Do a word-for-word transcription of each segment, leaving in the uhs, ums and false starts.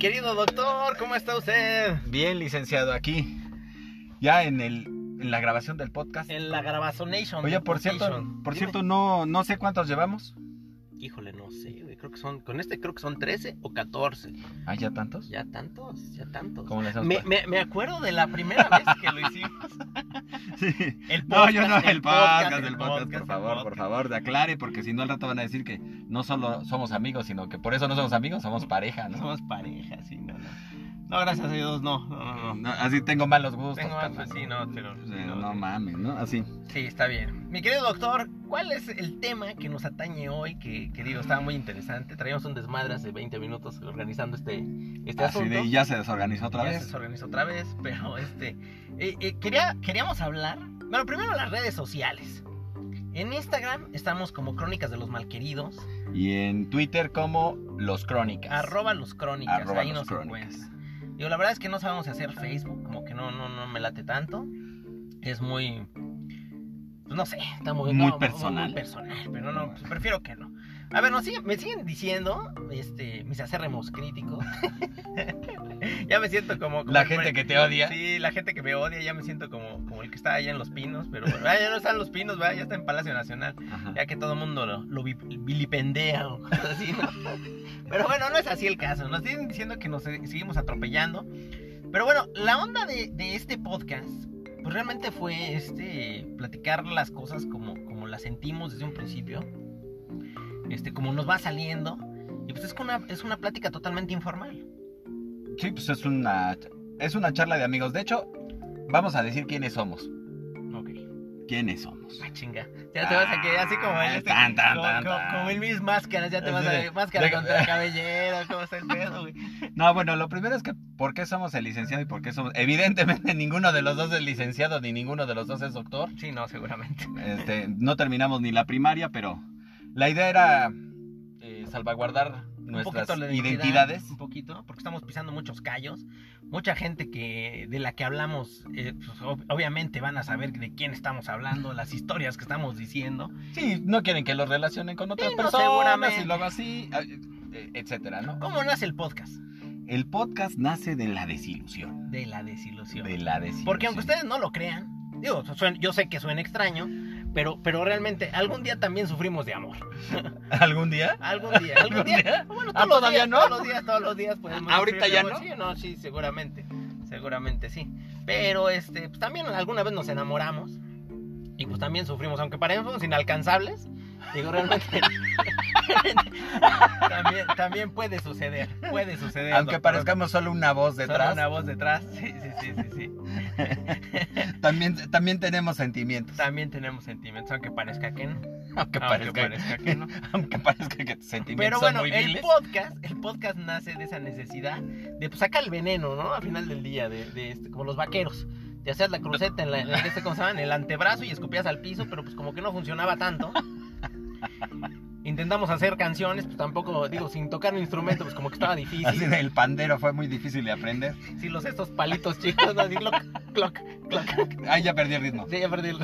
querido doctor, ¿cómo está usted? Bien, licenciado, aquí. Ya en el en la grabación del podcast. En la Grabazonation. Oye, por cierto, por cierto, no, no sé cuántos llevamos. Híjole, no sé, güey. Creo que son, con este creo que son trece o catorce. ¿Ah, ya tantos? Ya tantos, ya tantos. ¿Cómo le hacemos me, para- me, me acuerdo de la primera vez que lo hicimos. Sí. El No, podcast, yo no, el, el podcast, podcast, el el podcast, podcast, por favor, el por favor, de aclare, porque si no al rato van a decir que no solo somos amigos, sino que por eso no somos amigos, somos pareja, ¿no? Somos pareja, sí, no, no. No, gracias a Dios, no, no, no. no. No, así tengo malos gustos. Tengo, carnal. pues, sí, no, pero... Sí, sí, no, no, sí. mames, ¿no? Así. Sí, está bien. Mi querido doctor, ¿cuál es el tema que nos atañe hoy? Que, que digo, estaba muy interesante. Traíamos un desmadre hace veinte minutos organizando este, este Así asunto. de, y ya se desorganizó otra Ya vez. se organizó otra vez, pero este... eh, eh, quería, queríamos hablar... Bueno, primero las redes sociales. En Instagram estamos como Crónicas de los Malqueridos. Y en Twitter como Los Crónicas. Arroba los Crónicas, Arroba ahí Los nos Crónicas. encuentran. Digo, la verdad es que no sabemos si hacer Facebook, como que no, no, no me late tanto. Es muy... Pues no sé, está muy... Muy no, personal. Muy personal, pero no, pues prefiero que no. A ver, nos siguen, me siguen diciendo, este, mis acérrimos críticos. Ya me siento como... como La el- gente que te odia. Sí, la gente que me odia, ya me siento como, como el que está allá en Los Pinos, pero bueno, ah, ya no está en Los Pinos, ¿verdad? Ya está en Palacio Nacional. Ajá. Ya que todo el mundo lo, lo vi- vilipendea o cosas así, ¿no? Pero bueno, no es así el caso. Nos siguen diciendo que nos eh, seguimos atropellando. Pero bueno, la onda de, de este podcast, pues realmente fue este platicar las cosas como, como las sentimos desde un principio. Este, como nos va saliendo. Y pues es que una, es una plática totalmente informal. Sí, pues es una, es una charla de amigos. De hecho, vamos a decir quiénes somos. Ok. ¿Quiénes somos? Ah, chinga. Ya te vas a quedar así como en este. Tan, tan, como, tan, como- tan. como en mis máscaras, ya te vas Sí. a máscara Deja- contra cabellera, ¿cómo está el pedo, güey? No, bueno, lo primero es que ¿por qué somos el licenciado y por qué somos? Evidentemente ninguno de los dos es licenciado ni ninguno de los dos es doctor. Sí, no, seguramente. Este, no terminamos ni la primaria, pero la idea era eh, salvaguardar Un nuestras poquito la identidad, identidades. un poquito, porque estamos pisando muchos callos. Mucha gente que de la que hablamos, eh, pues, ob- obviamente van a saber de quién estamos hablando, las historias que estamos diciendo. Sí, no quieren que los relacionen con otras Sí, no, personas seguramente. y luego así, eh, eh, etcétera, ¿no? ¿Cómo nace el podcast? El podcast nace de la desilusión. De la desilusión. De la desilusión. Porque aunque ustedes no lo crean, digo, suen- yo sé que suena extraño, pero, pero realmente algún día también sufrimos de amor. ¿Algún día? Algún día, algún ¿Algún día. día? Bueno, Ah, todos los ¿todavía días, no? todos los días, todos los días podemos ¿Ahorita sufrir de ya amor. no? Sí, no, sí, seguramente. Seguramente sí. Pero este, pues también alguna vez nos enamoramos. Y pues también sufrimos, aunque parecemos inalcanzables. Digo, realmente. también, también puede suceder. Puede suceder. Aunque doctor. parezcamos solo una voz Solo detrás, una voz detrás. Sí, sí, sí, sí, sí. también, también tenemos sentimientos. También tenemos sentimientos, aunque parezca que no. Aunque Aunque parezca, parezca que no. aunque parezca que tus sentimientos Pero bueno, son muy el viles. podcast, el podcast nace de esa necesidad de pues, sacar el veneno, ¿no? Al final del día, de, de este, como los vaqueros. Te hacías la cruceta en, la, en este, ¿cómo se llama? En el antebrazo y escupías al piso, pero pues como que no funcionaba tanto. Intentamos hacer canciones, pues tampoco, digo, sin tocar un instrumento, pues como que estaba Así difícil. del pandero fue muy difícil de aprender. Sí, los estos palitos chicos, ¿no? Así, cloc, cloc, cloc. Ay, ya perdí el ritmo. Sí, ya perdí el...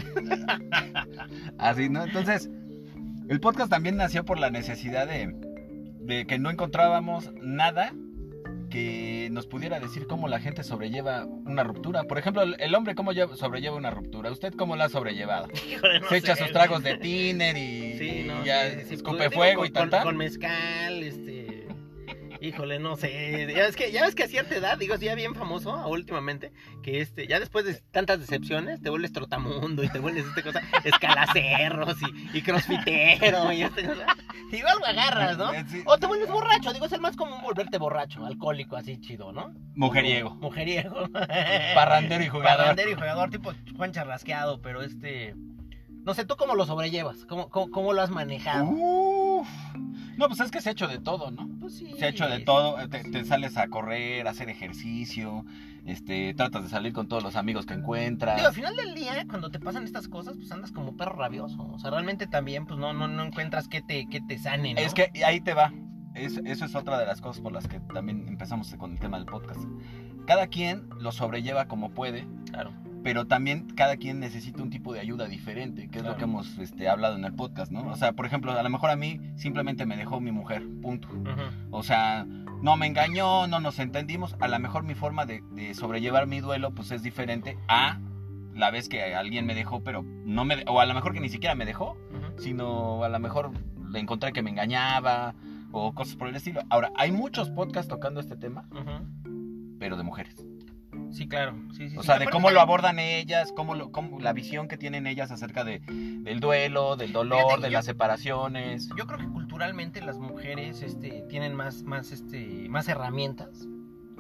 Así, ¿no? Entonces, el podcast también nació por la necesidad de, de que no encontrábamos nada que nos pudiera decir cómo la gente sobrelleva una ruptura. Por ejemplo, el, el hombre cómo lle- sobrelleva una ruptura. ¿Usted cómo la ha sobrellevado? Híjole, no Se echa sé, sus tragos de tiner y, Sí, no, y ya sí, sí, escupe pues, digo, fuego con, y tal, con, tal. con mezcal, este... Híjole, no sé. Ya ves que, ya ves que a cierta edad, digo, ya bien famoso últimamente, que este, ya después de tantas decepciones, te vuelves trotamundo y te vuelves esta cosa, escalacerros y, y crossfitero y esta cosa. Digo, algo agarras, ¿no? Sí. O te vuelves borracho, digo, es el más común volverte borracho, alcohólico, así chido, ¿no? Mujeriego. Mujeriego. Parrandero y jugador. Parrandero y jugador, tipo Juan Charrasqueado, pero este... No sé, ¿tú cómo lo sobrellevas? ¿Cómo, cómo, cómo lo has manejado? Uf. No, pues es que se ha hecho de todo, ¿no? Pues sí. Se ha hecho de todo, te, te sales a correr, a hacer ejercicio, este, tratas de salir con todos los amigos que encuentras. Digo, al final del día, cuando te pasan estas cosas, pues andas como perro rabioso. O sea, realmente también, pues no, no, no encuentras que te, que te sane, ¿no? Es que ahí te va. Es- eso es otra de las cosas por las que también empezamos con el tema del podcast. Cada quien lo sobrelleva como puede, Claro. pero también cada quien necesita un tipo de ayuda diferente, que es Claro. lo que hemos este, hablado en el podcast, ¿no? O sea, por ejemplo, a lo mejor a mí simplemente me dejó mi mujer, punto. Ujú. O sea, no me engañó, no nos entendimos. A lo mejor mi forma de, de sobrellevar mi duelo pues es diferente a la vez que alguien me dejó, pero no me... O a lo mejor que ni siquiera me dejó, uh-huh. sino a lo mejor le encontré que me engañaba o cosas por el estilo. Ahora, hay muchos podcasts tocando este tema, uh-huh. pero de mujeres. Sí, claro. Sí, sí, o sí. sea, de cómo lo abordan ellas, cómo, lo, cómo la visión que tienen ellas acerca de, del duelo, del dolor, Fíjate, de yo, las separaciones. Yo creo que culturalmente las mujeres este, tienen más, más, este, más herramientas,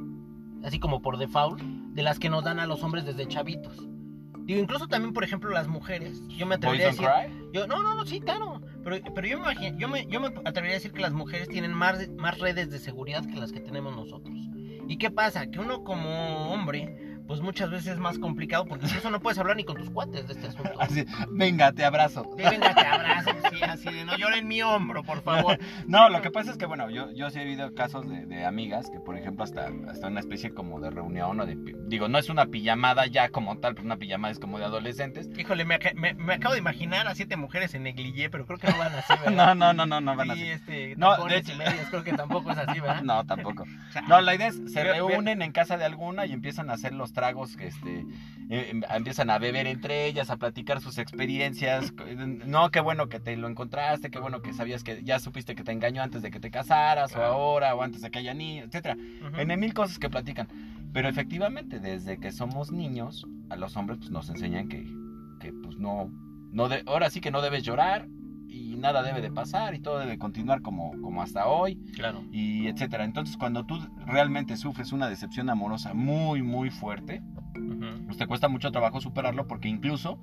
así como por default, de las que nos dan a los hombres desde chavitos. Digo, incluso también, por ejemplo, las mujeres. Yo me atrevería a decir... Cry? Yo, no, no, no, sí, claro. Pero, pero yo, me imagino, yo, me, yo me atrevería a decir que las mujeres tienen más, más redes de seguridad que las que tenemos nosotros. ¿Y qué pasa? Que uno como hombre, pues muchas veces es más complicado porque incluso no puedes hablar ni con tus cuates de este asunto. Así, venga, te abrazo. Sí, venga, te abrazo, sí, así de no lloren en mi hombro, por favor. No, lo que pasa es que, bueno, yo, yo sí he vivido casos de, de amigas que, por ejemplo, hasta, hasta una especie como de reunión o de... Digo, no es una pijamada ya como tal, pero una pijamada es como de adolescentes. Híjole, me, me, me acabo de imaginar a siete mujeres en negligé, pero creo que no van así, ¿verdad? No, no, no, no, no van sí, así. Este, no, de hecho... y medias, creo que tampoco es así, ¿verdad? No, tampoco. No, la idea es, se reúnen en casa de alguna y empiezan a hacer los tragos que, este, eh, empiezan a beber entre ellas, a platicar sus experiencias. No, qué bueno que te lo encontraste, qué bueno que sabías que ya supiste que te engañó antes de que te casaras, claro. o ahora, o antes de que haya niños, etcétera. Uh-huh. En mil cosas que platican. Pero efectivamente, desde que somos niños, a los hombres pues, nos enseñan que, que pues no, no de, ahora sí que no debes llorar y nada debe de pasar y todo debe continuar como, como hasta hoy, claro. y etcétera. Entonces, cuando tú realmente sufres una decepción amorosa muy, muy fuerte, uh-huh. pues te cuesta mucho trabajo superarlo porque incluso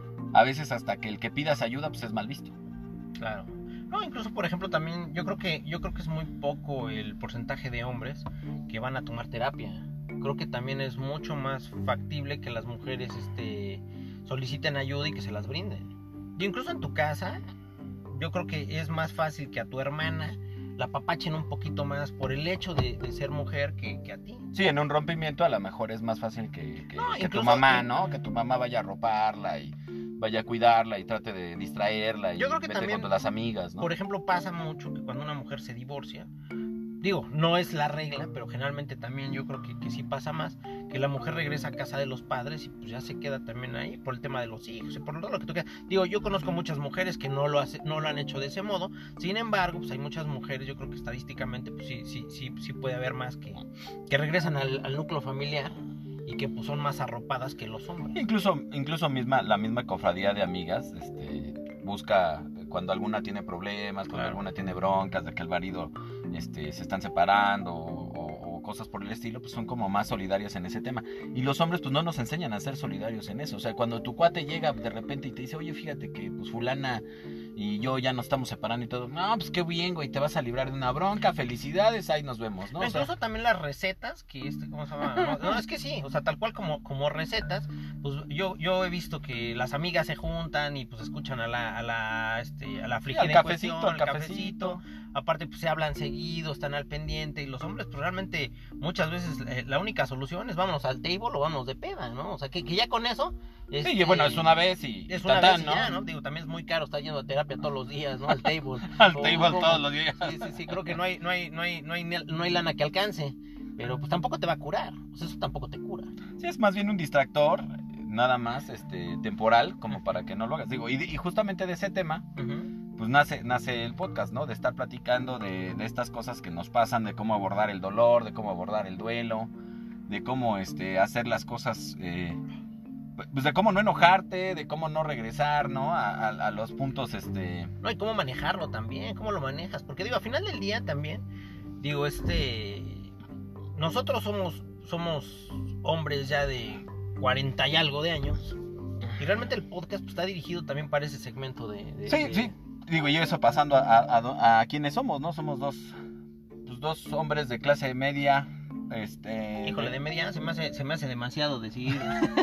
a veces hasta que el que pidas ayuda pues es mal visto. Claro. No, incluso por ejemplo también yo creo que yo creo que es muy poco el porcentaje de hombres que van a tomar terapia. Creo que también es mucho más factible que las mujeres este, soliciten ayuda y que se las brinden. Y incluso en tu casa, yo creo que es más fácil que a tu hermana la apapachen un poquito más por el hecho de, de ser mujer que, que a ti. Sí, en un rompimiento a lo mejor es más fácil que, que, no, que incluso, tu mamá, ¿no? Que tu mamá vaya a arroparla y vaya a cuidarla y trate de distraerla y yo creo que vete también, con las amigas, ¿no? Por ejemplo, pasa mucho que cuando una mujer se divorcia, digo, no es la regla, pero generalmente también yo creo que, que sí pasa más, que la mujer regresa a casa de los padres y pues ya se queda también ahí por el tema de los hijos y por todo lo que tú quieras. Digo, yo conozco muchas mujeres que no lo, hace, no lo han hecho de ese modo, sin embargo, pues hay muchas mujeres, yo creo que estadísticamente pues sí, sí, sí, sí puede haber más que, que regresan al, al núcleo familiar y que pues son más arropadas que los hombres. Incluso, incluso misma, la misma cofradía de amigas, este, busca cuando alguna tiene problemas, cuando claro. alguna tiene broncas de que el marido este, se están separando o, o, o cosas por el estilo, pues son como más solidarias en ese tema. Y los hombres pues no nos enseñan a ser solidarios en eso. O sea, cuando tu cuate llega de repente y te dice, oye, fíjate que pues fulana y yo ya nos estamos separando y todo, no, pues qué bien, güey, te vas a librar de una bronca, felicidades, ahí nos vemos, ¿no? No, o sea, incluso también las recetas, que este, ¿cómo se llama? No, no, es que sí, o sea, tal cual como, como recetas, pues yo, yo he visto que las amigas se juntan y pues escuchan a la, a la, este, a la frigida sí, en cafecito, cuestión, al cafecito. cafecito, aparte pues se hablan seguido, están al pendiente, y los hombres pues realmente muchas veces eh, la única solución es vámonos al table o vámonos de peda, ¿no? O sea, que, que ya con eso... Este, sí, bueno, es una vez y... Es una tatán, vez y ¿no? ya, ¿no? Digo, también es muy caro estar yendo a terapia todos los días, ¿no? Al table. Al o, table como, todos los días. Sí, sí, sí, creo que no hay, no hay, no hay, no hay, no hay lana que alcance, pero pues tampoco te va a curar, o sea, eso tampoco te cura. Sí, es más bien un distractor, nada más, este, temporal, como para que no lo hagas. Digo, y, y justamente de ese tema... Uh-huh. Pues nace, nace el podcast, ¿no? De estar platicando de, de estas cosas que nos pasan, de cómo abordar el dolor, de cómo abordar el duelo, de cómo este, hacer las cosas, eh, pues de cómo no enojarte, de cómo no regresar, ¿no? A, a, a los puntos, este... No, y cómo manejarlo también, cómo lo manejas, porque digo, al final del día también, digo, este... Nosotros somos, somos hombres ya de cuarenta y algo de años, y realmente el podcast pues, está dirigido también para ese segmento de... de sí, de, sí. Digo, y eso pasando a, a, a, a quienes somos, ¿no? Somos dos, pues dos hombres de clase media, este... Híjole, de mediana se me hace, se me hace demasiado decir.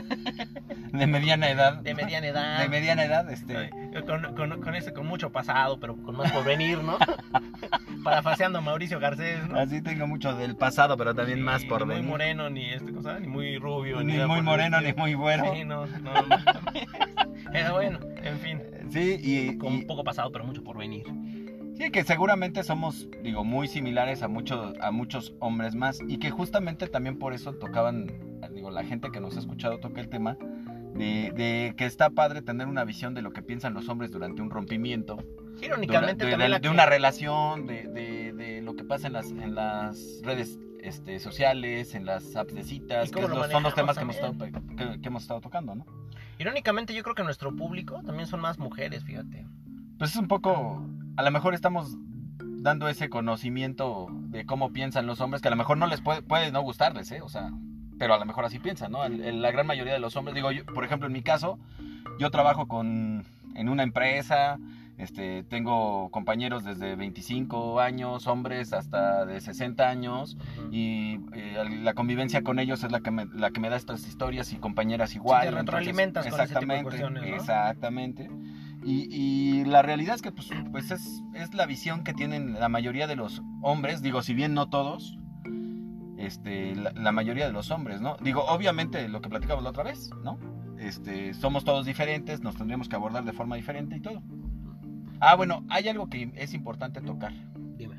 De mediana edad. De mediana edad. De mediana edad, este... Con, con, con ese, con mucho pasado, pero con más por venir, ¿no? Parafaseando a Mauricio Garcés, ¿no? Así tengo mucho del pasado, pero también sí, más por ni venir. Ni muy moreno, ni este cosa, ni muy rubio. Ni, ni muy moreno, ni muy bueno. Sí, no, no, no. Pero bueno, en fin. Sí, y... Con y, un poco pasado, pero mucho por venir. Sí, que seguramente somos, digo, muy similares a muchos, a muchos hombres más, y que justamente también por eso tocaban, digo, la gente que nos ha escuchado toca el tema de, de que está padre tener una visión de lo que piensan los hombres durante un rompimiento. Irónicamente de, de, también de, la de que... una relación, de, de, de lo que pasa en las, en las redes este, sociales, en las apps de citas, que los, son los temas que hemos, estado, que, que hemos estado tocando, ¿no? Irónicamente yo creo que nuestro público también son más mujeres, fíjate. Pues es un poco, a lo mejor estamos dando ese conocimiento de cómo piensan los hombres, que a lo mejor no les puede, puede no gustarles, ¿eh? O sea, pero a lo mejor así piensan, ¿no? El, el, la gran mayoría de los hombres, digo, yo, por ejemplo, en mi caso, yo trabajo con, en una empresa, este, tengo compañeros desde veinticinco años, hombres hasta de sesenta años, y eh, la convivencia con ellos es la que me, la que me da estas historias, y compañeras igual. Sí, te retroalimentas entonces, con ese tipo de cuestiones, ¿no? Exactamente. Y, y la realidad es que pues, pues es, es la visión que tienen la mayoría de los hombres, digo, si bien no todos, este, la, la mayoría de los hombres, ¿no? Digo, obviamente lo que platicamos la otra vez, ¿no? Este, somos todos diferentes, nos tendríamos que abordar de forma diferente y todo. Ah, bueno, hay algo que es importante tocar. Dime.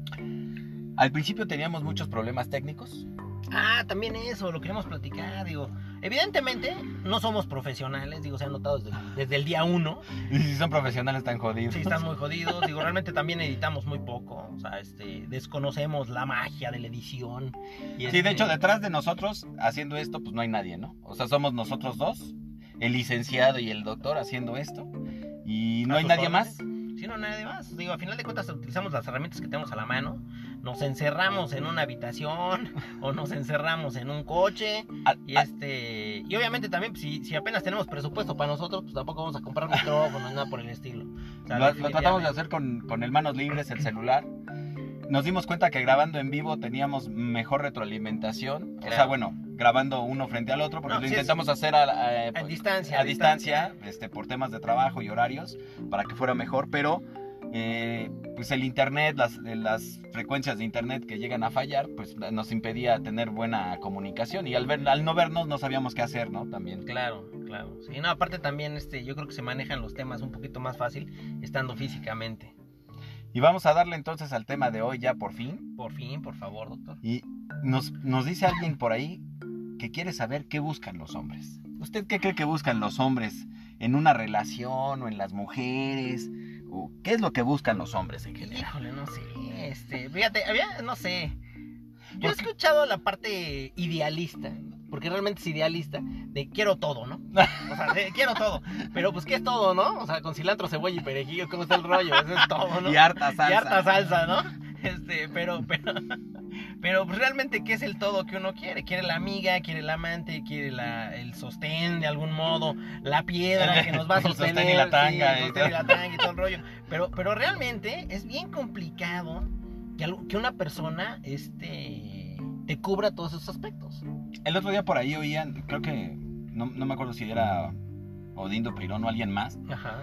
Al principio teníamos muchos problemas técnicos. Ah, también eso, lo queremos platicar, digo. Evidentemente, no somos profesionales, digo, se ha notado desde, desde el día uno. Y si son profesionales están jodidos. Sí, están muy jodidos, digo, realmente también editamos muy poco, o sea, este, desconocemos la magia de la edición. Y sí, este... de hecho, detrás de nosotros, haciendo esto, pues no hay nadie, ¿no? O sea, somos nosotros dos, el licenciado y el doctor haciendo esto, y no hay nadie más. Sí, no, nadie más. Digo, a final de cuentas utilizamos las herramientas que tenemos a la mano. Nos encerramos en una habitación o nos encerramos en un coche. A, y este y obviamente también, pues, si, si apenas tenemos presupuesto para nosotros, pues tampoco vamos a comprar micrófonos, nada por el estilo. O sea, lo, lo tratamos de hacer con, con el manos libres, el celular. Nos dimos cuenta que grabando en vivo teníamos mejor retroalimentación. Claro. O sea, bueno, grabando uno frente al otro, porque no, lo sí intentamos es... hacer a, a, a distancia. A distancia, distancia. Este, por temas de trabajo y horarios, para que fuera mejor, pero eh, pues el internet, las, las frecuencias de internet que llegan a fallar, pues nos impedía tener buena comunicación. Y al, ver, al no vernos no sabíamos qué hacer, ¿no? También. Claro, claro. Sí, no, aparte también este, yo creo que se manejan los temas un poquito más fácil estando físicamente. Y vamos a darle entonces al tema de hoy ya por fin. Por fin, por favor, doctor. Y nos, nos dice alguien por ahí que quiere saber qué buscan los hombres. ¿Usted qué cree que buscan los hombres en una relación o en las mujeres? ¿O qué es lo que buscan los hombres en general? Híjole, no sé. Este, fíjate, había, no sé. Yo he escuchado la parte idealista, porque realmente es idealista, de quiero todo, ¿no? O sea, de quiero todo. Pero pues, ¿qué es todo, no? O sea, con cilantro, cebolla y perejil, ¿cómo está el rollo? Eso es todo, ¿no? Y harta salsa. Y harta salsa, ¿no? Este, pero, pero, pero pues realmente, ¿qué es el todo que uno quiere? Quiere la amiga, quiere el amante, quiere la, el sostén de algún modo, la piedra que nos va a sostener. El sostén y la tanga. Sí, el sostén y la tanga y todo el rollo. Pero, pero realmente es bien complicado que, algo, que una persona, este, te cubra todos esos aspectos. El otro día por ahí oían, creo que, no, no me acuerdo si era Odindo Pirón o alguien más. Ajá.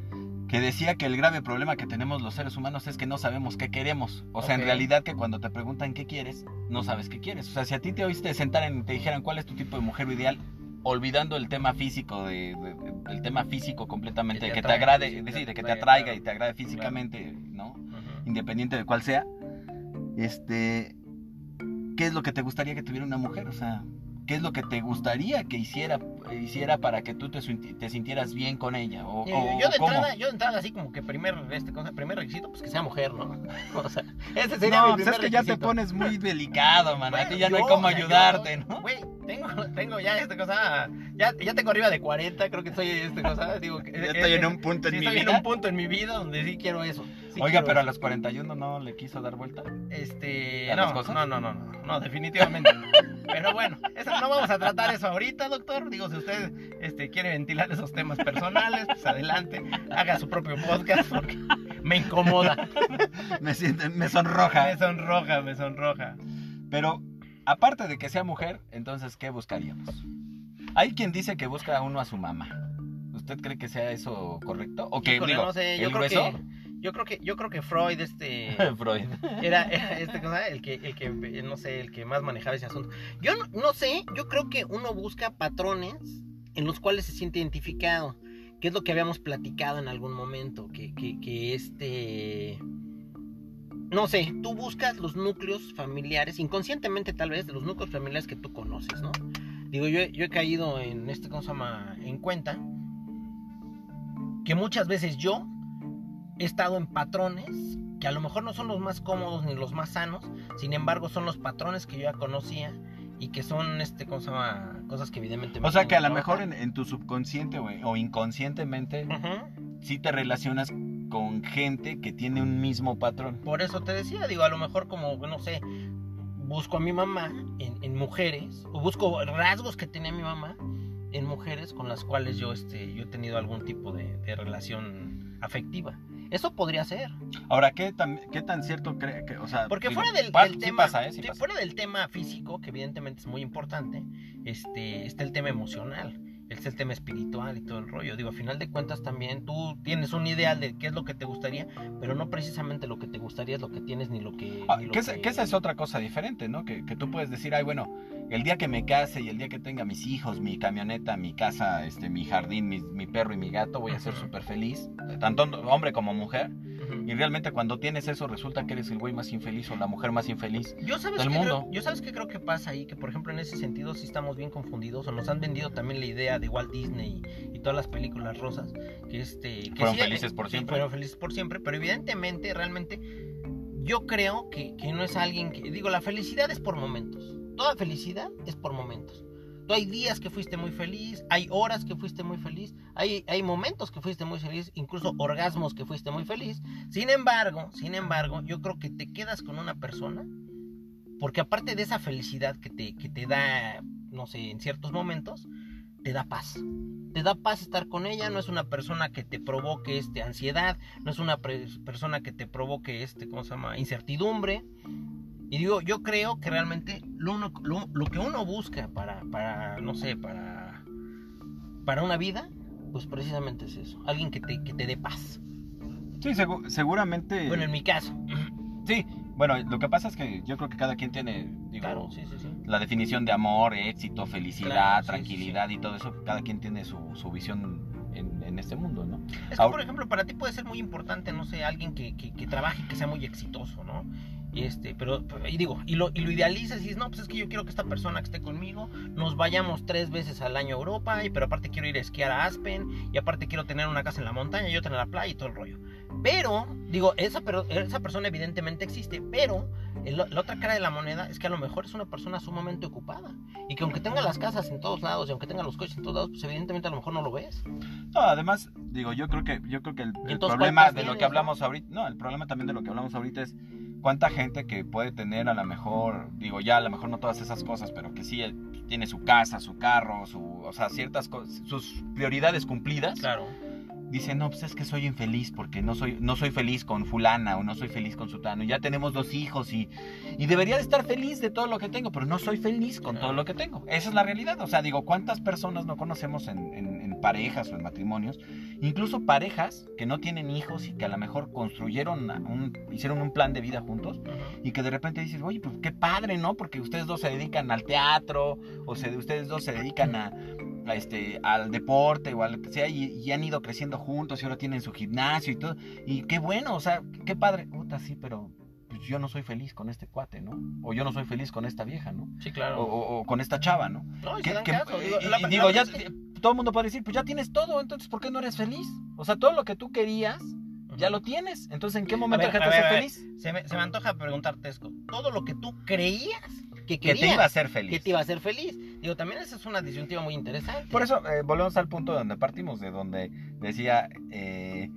Que decía que el grave problema que tenemos los seres humanos es que no sabemos qué queremos. O sea, okay. En realidad que cuando te preguntan qué quieres, no sabes qué quieres. O sea, si a ti te oíste sentar en, te dijeran cuál es tu tipo de mujer ideal, olvidando el tema físico, de, de, de, el tema físico completamente, de que te agrade, de, sí, de que te atraiga y te agrade físicamente, ¿no? Uh-huh. Independiente de cuál sea. Este, ¿qué es lo que te gustaría que tuviera una mujer? O sea, ¿qué es lo que te gustaría que hiciera, hiciera para que tú te, te sintieras bien con ella? O, yo, o, yo, de ¿cómo? entrada, yo de entrada así como que primer, este, cosa, primer requisito, pues que sea mujer, ¿no? O sea, ese sería no, mi primer pues es que requisito. Ya te pones muy delicado, man. Bueno, a ti ya yo, no hay cómo o sea, ayudarte, yo, ¿no? Güey, tengo, tengo ya esta cosa, ya, ya tengo arriba de cuarenta, creo que estoy esta cosa, digo... Ya eh, estoy eh, en un punto en sí, mi estoy vida. en un punto en mi vida donde sí quiero eso. Sí Oiga, quiero pero eso. A los cuarenta y uno no le quiso dar vuelta. Este, ¿A no, las cosas? no, no, no, no, no, definitivamente no. Pero bueno, eso, no vamos a tratar eso ahorita, doctor. Digo, si usted este, quiere ventilar esos temas personales, pues adelante, haga su propio podcast porque me incomoda. me, siente, me sonroja. Me sonroja, me sonroja. Pero, aparte de que sea mujer, entonces, ¿qué buscaríamos? Hay quien dice que busca a uno a su mamá. ¿Usted cree que sea eso correcto? ¿O que, Híjole, digo, no sé, yo el creo grueso? que... Yo creo que yo creo que Freud este Freud era, era este cosa el que el que no sé el que más manejaba ese asunto. Yo no, no sé, yo creo que uno busca patrones en los cuales se siente identificado. ¿qué es lo que habíamos platicado en algún momento? Que, que, que este... No sé, tú buscas los núcleos familiares, inconscientemente tal vez, de los núcleos familiares que tú conoces, ¿no? Digo, yo, yo he caído en este, ¿cómo se llama? En cuenta que muchas veces yo he estado en patrones que a lo mejor no son los más cómodos ni los más sanos, sin embargo son los patrones que yo ya conocía y que son, este, ¿cómo se llama? Cosas que evidentemente... O sea que a lo mejor en, en tu subconsciente, güey, o inconscientemente, uh-huh. sí te relacionas con gente que tiene un mismo patrón. Por eso te decía, digo, a lo mejor como, no sé, busco a mi mamá en, en mujeres, o busco rasgos que tenía mi mamá en mujeres con las cuales yo, este, yo he tenido algún tipo de, de relación afectiva. Eso podría ser. Ahora, ¿qué tan, qué tan cierto cree que, o sea, porque digo, fuera del, pa- del sí tema, pasa, ¿eh? Sí sí, pasa. fuera del tema físico, que evidentemente es muy importante, este, está el tema emocional, está el tema espiritual y todo el rollo. Digo, a final de cuentas también tú tienes un ideal de qué es lo que te gustaría, pero no precisamente lo que te gustaría es lo que tienes ni lo que... Ah, ni lo que, esa, que... que esa es otra cosa diferente, ¿no? Que, que tú puedes decir, ay, bueno, el día que me case y el día que tenga mis hijos, mi camioneta, mi casa, este, mi jardín, mi, mi perro y mi gato, voy a ser súper feliz, tanto hombre como mujer. Y realmente cuando tienes eso resulta que eres el güey más infeliz o la mujer más infeliz yo sabes del que mundo. Creo, yo sabes que creo que pasa ahí, que por ejemplo en ese sentido sí estamos bien confundidos, o nos han vendido también la idea de Walt Disney y, y todas las películas rosas, que este... Que fueron sí, felices por sí, siempre. Fueron felices por siempre, pero evidentemente, realmente, yo creo que, que no es alguien que... Digo, la felicidad es por momentos, toda felicidad es por momentos. Tú hay días que fuiste muy feliz, hay horas que fuiste muy feliz, hay, hay momentos que fuiste muy feliz, incluso orgasmos que fuiste muy feliz. Sin embargo, sin embargo, yo creo que te quedas con una persona, porque aparte de esa felicidad que te, que te da, no sé, en ciertos momentos, te da paz. Te da paz estar con ella, no es una persona que te provoque este, ansiedad, no es una pre- persona que te provoque, este, ¿cómo se llama? Incertidumbre. Y digo, yo creo que realmente lo, uno, lo, lo que uno busca para, para, no sé, para, para una vida, pues precisamente es eso. Alguien que te, que te dé paz. Sí, segu- seguramente... Bueno, en mi caso. Sí, bueno, lo que pasa es que yo creo que cada quien tiene, digo, Claro, sí, sí, sí. la definición de amor, éxito, felicidad, Claro, sí, tranquilidad sí, sí. y todo eso. Cada quien tiene su, su visión en, en este mundo, ¿no? Es que, por ejemplo, para ti puede ser muy importante, no sé, alguien que, que, que trabaje y que sea muy exitoso, ¿no? Y este, pero, y digo, y lo, y lo idealizas y dices, no, pues es que yo quiero que esta persona que esté conmigo nos vayamos tres veces al año a Europa, y, pero aparte quiero ir a esquiar a Aspen, y aparte quiero tener una casa en la montaña y otra en la playa y todo el rollo. Pero, digo, esa, pero, esa persona evidentemente existe, pero el, la otra cara de la moneda es que a lo mejor es una persona sumamente ocupada, y que aunque tenga las casas en todos lados y aunque tenga los coches en todos lados, pues evidentemente a lo mejor no lo ves. No, además, digo, yo creo que yo creo que el, el Entonces, problema ¿cuántas de lo tienes, que hablamos ahorita, no, el problema también de lo que hablamos ahorita es cuánta gente que puede tener a lo mejor, digo, ya a lo mejor no todas esas cosas, pero que sí tiene su casa, su carro, su, o sea, ciertas cosas, sus prioridades cumplidas. Claro. Dice, no, pues es que soy infeliz porque no soy, no soy feliz con fulana o no soy feliz con sutano. Ya tenemos dos hijos y, y debería de estar feliz de todo lo que tengo, pero no soy feliz con todo lo que tengo. Esa es la realidad. O sea, digo, ¿cuántas personas no conocemos en, en, en parejas o en matrimonios? Incluso parejas que no tienen hijos y que a lo mejor construyeron, un, hicieron un plan de vida juntos y que de repente dices, oye, pues qué padre, ¿no? Porque ustedes dos se dedican al teatro o se, ustedes dos se dedican a... A este, al deporte o al que sea y, y han ido creciendo juntos y ahora tienen su gimnasio y todo y qué bueno, o sea, qué padre. Puta, sí, pero pues yo no soy feliz con este cuate, ¿no? O yo no soy feliz con esta vieja, ¿no? Sí, claro. O, o, o con esta chava, ¿no? No, y que, se dan que, caso. Digo, y, la, y la digo ya es que... todo el mundo puede decir, pues ya tienes todo, entonces ¿por qué no eres feliz? O sea, todo lo que tú querías ya lo tienes, entonces ¿en qué momento ver, dejaste de ser feliz? Se me, se me antoja preguntarte, Esco, todo lo que tú creías que, que te iba a hacer feliz. Que te iba a hacer feliz. Digo, también esa es una disyuntiva muy interesante. Por eso, eh, volvemos al punto de donde partimos, de donde decía eh,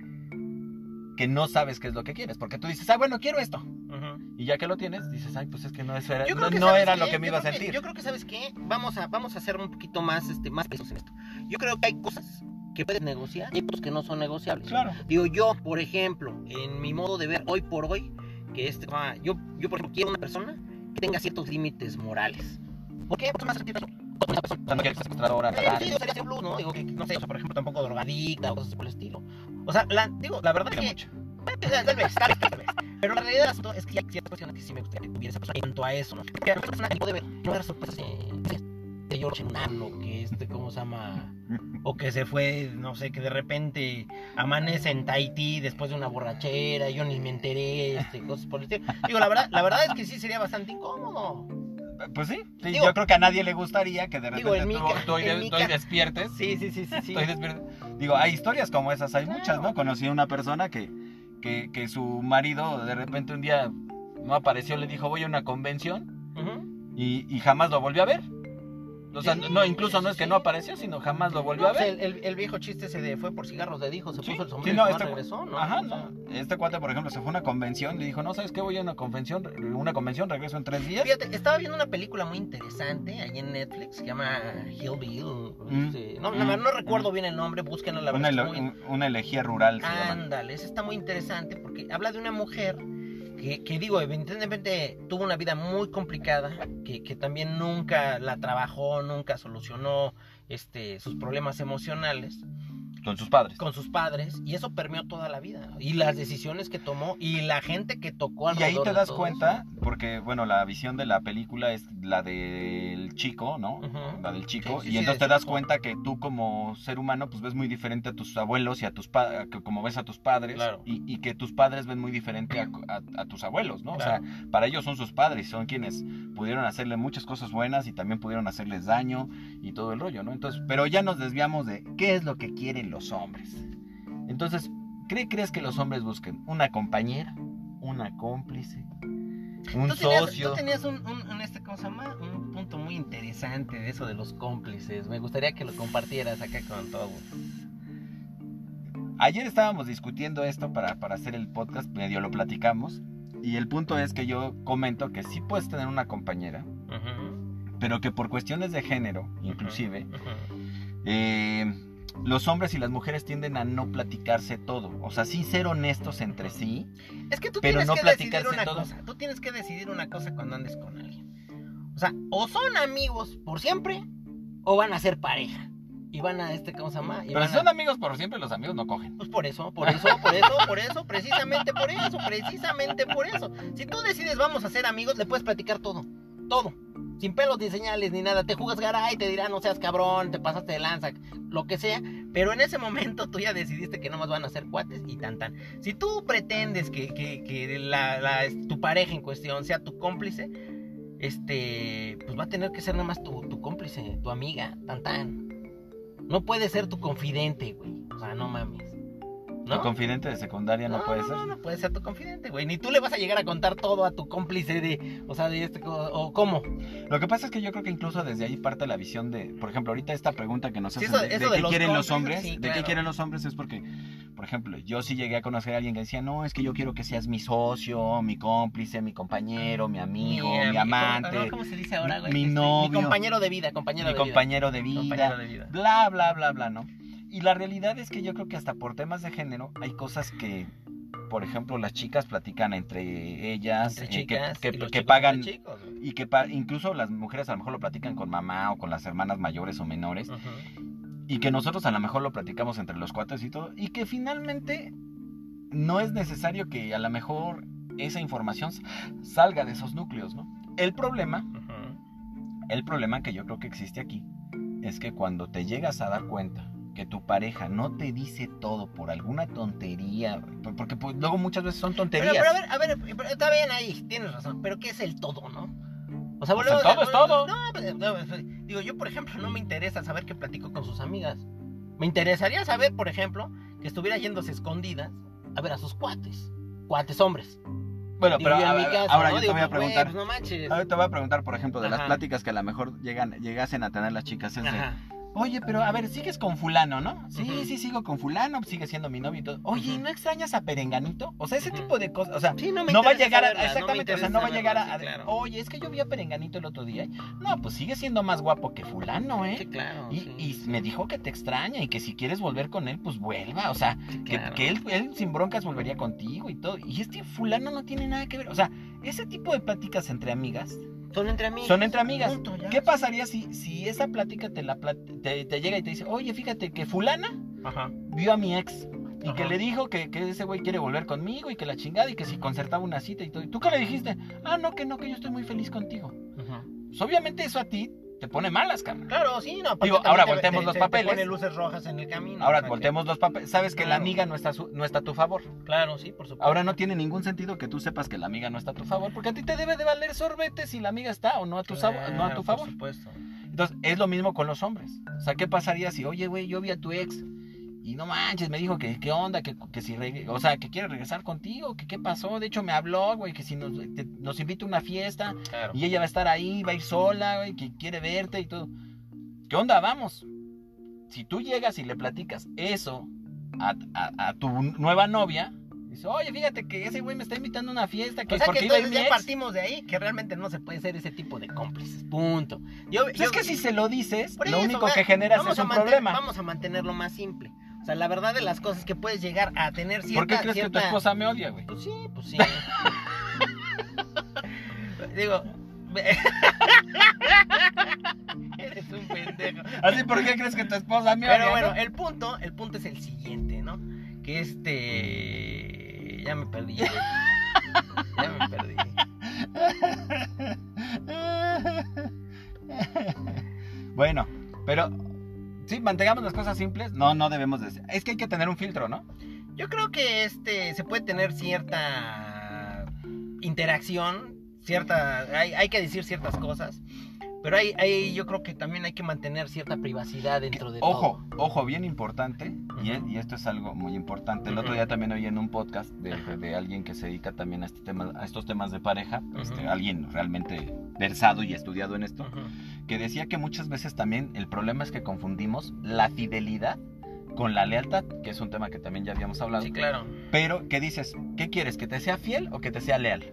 que no sabes qué es lo que quieres, porque tú dices, ah, bueno, quiero esto. Uh-huh. Y ya que lo tienes, dices, ay, pues es que no, eso era, no, no era lo que me iba a sentir. Que, yo creo que, ¿sabes qué? Vamos a, vamos a hacer un poquito más, este, más pesos en esto. Yo creo que hay cosas que puedes negociar y hay cosas que no son negociables. Claro. Digo, yo, por ejemplo, en mi modo de ver hoy por hoy, que este, ah, yo, yo, por ejemplo, quiero una persona que tenga ciertos límites morales. ¿Por qué? Porque más sentido. Una persona no quiere que sea secuestradora, sí, sí, sería ese blue, ¿no? Digo que, no sé, o sea, por ejemplo, tampoco drogadicta o cosas por el estilo. O sea, la, digo, la verdad es que... Mucho. Tal vez, tal vez, tal vez. Pero la realidad es que hay ciertas cuestiones que sí me gustaría que tuviera esa persona en cuanto a eso, ¿no? Porque a nosotros nadie puede ver, no dar sorpresas de, de George en un ano, que que, este, ¿cómo se llama? O que se fue, no sé, que de repente amanece en Tahití después de una borrachera, yo ni me enteré, este, cosas por el estilo. Digo, la verdad, la verdad es que sí sería bastante incómodo. Pues sí, sí Digo, yo creo que a nadie le gustaría que de digo, repente en tú, mi ca- tú hoy, en de- mi tú hoy ca- despiertes. Sí, sí, sí, sí, sí. Estoy despierto. Digo, hay historias como esas, hay Claro. muchas, ¿no? Conocí a una persona que, que, que su marido de repente un día no apareció, le dijo voy a una convención Ujú. y, y jamás lo volvió a ver. O sea, Sí, no, incluso sí, no es que sí. no apareció, sino jamás lo volvió No, a pues ver. el, el, el viejo chiste se de, fue por cigarros de dijo, se Sí, puso el sí, sombrero no, y este, jamás regresó, ¿no? ajá, O sea, no. Este cuate, por ejemplo, se fue a una convención, le dijo, no, ¿sabes qué? Voy a una convención, una convención, regreso en tres días. Fíjate, estaba viendo una película muy interesante ahí en Netflix, se llama Hillbilly. Mm. Este, no, Mm. no, no recuerdo Mm. bien el nombre, búsquenlo, la Una, verdad. ele- es muy... un- una elegía rural se llama. Ándale, esa está muy interesante porque habla de una mujer que, que digo, evidentemente tuvo una vida muy complicada, que, que también nunca la trabajó, nunca solucionó este, sus problemas emocionales Con sus padres. con sus padres, y eso permeó toda la vida, y las decisiones que tomó, y la gente que tocó Y ahí alrededor te de das todo cuenta, porque bueno, la visión de la película es la del chico, ¿no? Ujú. La del chico. Sí, sí, y sí, entonces de te das chico. cuenta que tú como ser humano pues ves muy diferente a tus abuelos y a tus padres, como ves a tus padres. Claro. Y, y que tus padres ven muy diferente a, a- a tus abuelos, ¿no? Claro. O sea, para ellos son sus padres, son quienes pudieron hacerle muchas cosas buenas y también pudieron hacerles daño y todo el rollo, ¿no? Entonces, pero ya nos desviamos de qué es lo que quieren los hombres. Entonces, ¿cree, ¿crees que los hombres busquen una compañera, una cómplice, un Tú tenías, socio? tú tenías un, un, un, este, ¿cómo se llama? Un punto muy interesante de eso de los cómplices. Me gustaría que lo compartieras acá con todos. Ayer estábamos discutiendo esto para, para hacer el podcast, medio lo platicamos. Y el punto es que yo comento que sí puedes tener una compañera, Uh-huh. pero que por cuestiones de género, inclusive, Uh-huh. eh, los hombres y las mujeres tienden a no platicarse todo. O sea, sí ser honestos entre sí. Es que tú Pero tienes no que decidir platicarse una todo. cosa. Tú tienes que decidir una cosa cuando andes con alguien. O sea, o son amigos por siempre, o van a ser pareja. Y van a este, ¿cómo se llama? Y Pero van si a- son amigos por siempre, los amigos no cogen. Pues por eso, por eso, por eso, por eso, precisamente por eso, precisamente por eso. Si tú decides vamos a ser amigos, le puedes platicar todo, todo. Sin pelos ni señales ni nada. Te jugas garay, te dirán no seas cabrón, te pasaste de lanza, lo que sea. Pero en ese momento tú ya decidiste que nomás van a ser cuates y tan tan. Si tú pretendes que, que, que la, la, tu pareja en cuestión sea tu cómplice, este, pues va a tener que ser nomás tu, tu cómplice, tu amiga, tan tan. No puede ser tu confidente, güey. O sea, no mames. ¿No? Tu confidente de secundaria no, No, puede no, ser. no, no puede ser tu confidente, güey. Ni tú le vas a llegar a contar todo a tu cómplice de, o sea, de este, co- o cómo. Lo que pasa es que yo creo que incluso desde ahí parte la visión de, por ejemplo, ahorita esta pregunta que nos Sí, hacen eso- de, eso de de qué los quieren los cómplices, hombres, sí, de qué claro. quieren los hombres es porque, por ejemplo, yo sí llegué a conocer a alguien que decía, no, es que yo quiero que seas mi socio, mi cómplice, mi compañero, mi amigo, mi, ami- amante, ¿cómo, no, ¿cómo se dice ahora, güey? mi Este, novio, Mi compañero de vida, compañero mi de compañero de vida, vida. Compañero de vida. bla, bla, bla, bla, ¿no? Y la realidad es que yo creo que hasta por temas de género hay cosas que, por ejemplo, las chicas platican entre ellas, Entre eh, que- chicas que, y los que chicos pagan, entre chicos, güey. y que pa- incluso las mujeres a lo mejor lo platican con mamá o con las hermanas mayores o menores, Ujú. y que nosotros a lo mejor lo platicamos entre los cuates y todo, y que finalmente no es necesario que a lo mejor esa información salga de esos núcleos, ¿no? El problema, Ujú. el problema que yo creo que existe aquí es que cuando te llegas a dar cuenta que tu pareja no te dice todo por alguna tontería, por- porque pues, luego muchas veces son Pero, tonterías. pero a ver, a ver, pero está bien ahí, tienes razón, pero ¿qué es el todo, no? O sea, Pues volvemos el todo a- es todo. No, pues, no, pues, digo, yo por ejemplo no me interesa saber qué platico con sus amigas. Me interesaría saber, por ejemplo, que estuviera yéndose escondidas a ver a sus cuates, cuates hombres. Bueno, Digo, pero yo en a- mi a- caso, ahora ¿no? yo te Digo, voy a pues, güey, preguntar, pues, no manches. ahora te voy a preguntar, por ejemplo, de las Ajá. pláticas que a lo mejor llegan, llegasen a tener las chicas, es de, Ajá. oye, pero a ver, sigues con fulano, ¿no? Sí, Ujú. sí, sigo con fulano, sigue siendo mi novio y todo. Oye, Ujú. ¿no extrañas a Perenganito? O sea, ese Ujú. tipo de cosas, o sea, Sí, no me no va a interesa llegar a, saberla, no me exactamente, o sea, interesa no va a llegar a, saberla, a- sí, claro. oye, es que yo vi a Perenganito el otro día. No, pues sigue siendo más guapo que fulano, ¿eh? Sí, claro. Y, sí. y me dijo que te extraña y que si quieres volver con él, pues vuelva. O sea, Sí, que, claro. que él, él sin broncas volvería contigo y todo. Y este fulano no tiene nada que ver. O sea, ese tipo de pláticas entre amigas Son entre amigas. son entre amigas. Punto, ya. ¿Qué pasaría si, si esa plática te, la plat- te, te llega y te dice, oye, fíjate que fulana Ajá. vio a mi ex y Ajá. que le dijo que, que ese güey quiere volver conmigo y que la chingada y que si concertaba una cita y todo? ¿Y tú qué le dijiste? Ah, no, que no, que yo estoy muy feliz contigo. Ajá. Pues obviamente eso a ti te pone malas, cabrón. Claro, sí, no. Digo, ahora volteemos los te, papeles. Te pone luces rojas en el camino. Ahora o sea, volteemos que... los papeles. Sabes que claro. la amiga no está, su, no está a tu favor. Claro, sí, por supuesto. Ahora no tiene ningún sentido que tú sepas que la amiga no está a tu favor, porque a ti te debe de valer sorbete si la amiga está o no a tu, claro, sab- no a tu favor. Por supuesto. Entonces, es lo mismo con los hombres. O sea, ¿qué pasaría si, oye, güey, yo vi a tu ex y no manches, me dijo que qué onda, que, que si, reg- o sea, que quiere regresar contigo, que qué pasó? De hecho, me habló, güey, que si nos, te- nos invita a una fiesta Claro. y ella va a estar ahí, va a ir sola, güey, que quiere verte y todo. ¿Qué onda? Vamos. Si tú llegas y le platicas eso a, a, a tu nueva novia, dice, oye, fíjate que ese güey me está invitando a una fiesta, que O sea porque que iba a ir entonces mi ya ex. partimos de ahí, que realmente no se puede ser ese tipo de cómplices, punto. Yo, Pues yo- es que si se lo dices, por lo eso, único va- que generas vamos es a un manten- problema. Vamos a mantenerlo más simple. O sea, la verdad de las cosas que puedes llegar a tener cierta... ¿Por qué crees cierta... que tu esposa me odia, güey? Pues sí, pues sí. Digo... Eres un pendejo. ¿Así por qué crees que tu esposa me odia? Pero bueno, ¿no? el punto, el punto es el siguiente, ¿no? Que este... Ya me perdí, güey. Ya me perdí. Bueno, pero sí, mantengamos las cosas simples. No, no debemos decir. Es que hay que tener un filtro, ¿no? Yo creo que este se puede tener cierta interacción, cierta, hay, hay que decir ciertas cosas, pero hay, hay, yo creo que también hay que mantener cierta privacidad dentro de Ojo, todo. ojo, bien importante, y, Ujú. y esto es algo muy importante. El otro Ujú. día también oí en un podcast de, de- de alguien que se dedica también a, este tema, a estos temas de pareja, este, Ujú. alguien realmente versado y estudiado en esto, Ujú. que decía que muchas veces también el problema es que confundimos la fidelidad con la lealtad, que es un tema que también ya habíamos hablado. Sí, claro. Pero, ¿qué dices? ¿Qué quieres? ¿Que te sea fiel o que te sea leal?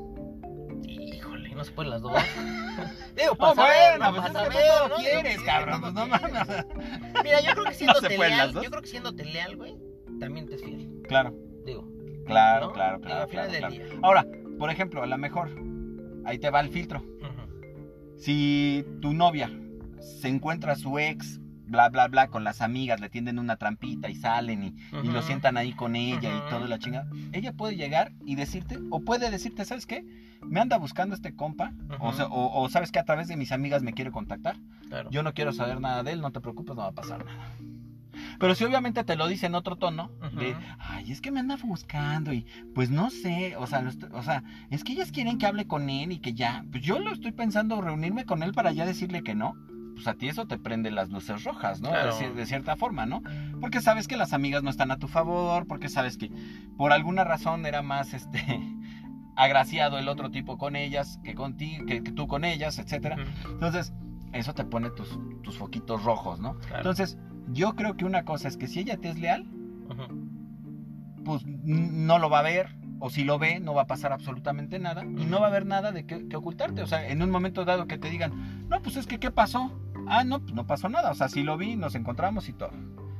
Híjole, no se pueden las dos. Digo, Oh, para saber, bueno, ¿no? pues Para es que saber, no todo ¿no? quieres, Sí, cabrón, todo pues no quieres. mames. Mira, yo creo que ¿No siéndote se pueden las leal, dos? yo creo que siéndote leal, güey, también te es fiel. Claro, Digo, claro, ¿no? claro, Digo, claro, al final claro, del claro. día. Ahora, por ejemplo, a lo mejor, ahí te va el filtro. Ujú. Si tu novia se encuentra a su ex, bla, bla, bla, con las amigas, le tienden una trampita y salen y, y lo Ujú. sientan ahí con ella Ujú. y todo la chingada, ella puede llegar y decirte, o puede decirte, ¿sabes qué? Me anda buscando este compa, o, Ujú. sea, o, o sabes que a través de mis amigas me quiere contactar. Claro. Yo no quiero saber nada de él, no te preocupes, no va a pasar nada. Pero si obviamente te lo dice en otro tono, Ujú. de, ay, es que me anda buscando y pues no sé, o sea, lo est- o sea, es que ellas quieren que hable con él y que ya, pues yo lo estoy pensando reunirme con él para ya decirle que no, pues a ti eso te prende las luces rojas, ¿no? Claro. De, cier- de cierta forma, ¿no? Porque sabes que las amigas no están a tu favor, porque sabes que por alguna razón era más, este, agraciado el otro tipo con ellas que contigo, que, que tú con ellas, etcétera. Ujú. Entonces, eso te pone tus, tus foquitos rojos, ¿no? Claro. Entonces, yo creo que una cosa es que si ella te es leal, Ujú. pues n- no lo va a ver, o si lo ve, no va a pasar absolutamente nada, y no va a haber nada de que, que ocultarte. O sea, en un momento dado que te digan, no, pues es que, ¿qué pasó? Ah, no, pues no pasó nada. O sea, sí lo vi, nos encontramos y todo.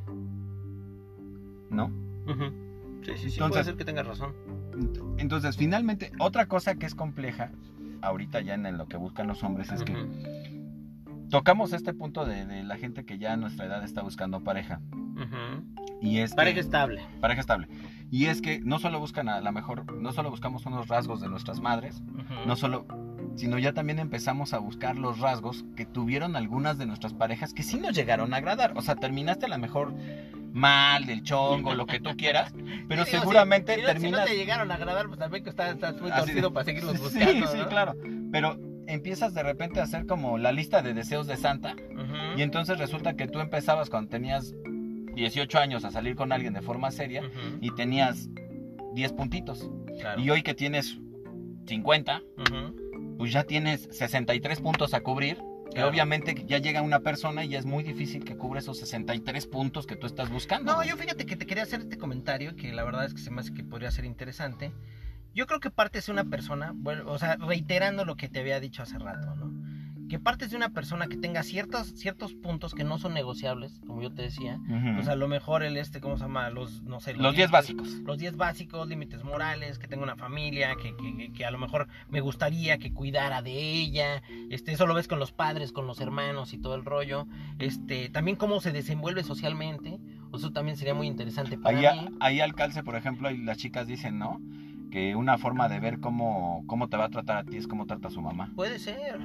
¿No? Ujú. Sí, sí, sí, Entonces- puede ser que tengas razón. Entonces, finalmente, otra cosa que es compleja, ahorita ya en lo que buscan los hombres, es que Ujú. tocamos este punto de, de la gente que ya a nuestra edad está buscando pareja. Ujú. Y es que- Pareja estable. pareja estable. Y es que no solo buscan a la mejor, no solo buscamos unos rasgos de nuestras madres, Ujú. no solo, sino ya también empezamos a buscar los rasgos que tuvieron algunas de nuestras parejas que sí nos llegaron a agradar. O sea, terminaste a lo mejor mal, del chongo, lo que tú quieras, pero Sí, digo, seguramente si, si no- terminas... Si no te llegaron a agradar, pues también que estás, estás muy Así torcido de- para seguirlos Sí, buscando. sí, ¿no? claro. Pero empiezas de repente a hacer como la lista de deseos de Santa. Ujú. Y entonces resulta que tú empezabas cuando tenías dieciocho años a salir con alguien de forma seria Ujú. y tenías diez puntitos. Claro. Y hoy que tienes cincuenta, Ujú. pues ya tienes sesenta y tres puntos a cubrir. Que Claro. obviamente ya llega una persona y ya es muy difícil que cubra esos sesenta y tres puntos que tú estás buscando. No, güey. yo fíjate que te quería hacer este comentario que la verdad es que se me hace que podría ser interesante. Yo creo que partes de una persona, bueno, o sea, reiterando lo que te había dicho hace rato, ¿no? Que partes de una persona que tenga ciertos, ciertos puntos que no son negociables, como yo te decía. Ujú. Pues a lo mejor el este, ¿cómo se llama? Los, no sé. Los diez básicos. Los diez básicos, límites morales, que tenga una familia, que, que, que a lo mejor me gustaría que cuidara de ella. Este, eso lo ves con los padres, con los hermanos y todo el rollo. Este, también cómo se desenvuelve socialmente. Eso también sería muy interesante para Ahí, mí. ahí al calce, por ejemplo, y las chicas dicen, ¿no? Que una forma de ver cómo, cómo te va a tratar a ti es cómo trata a su mamá. Puede ser.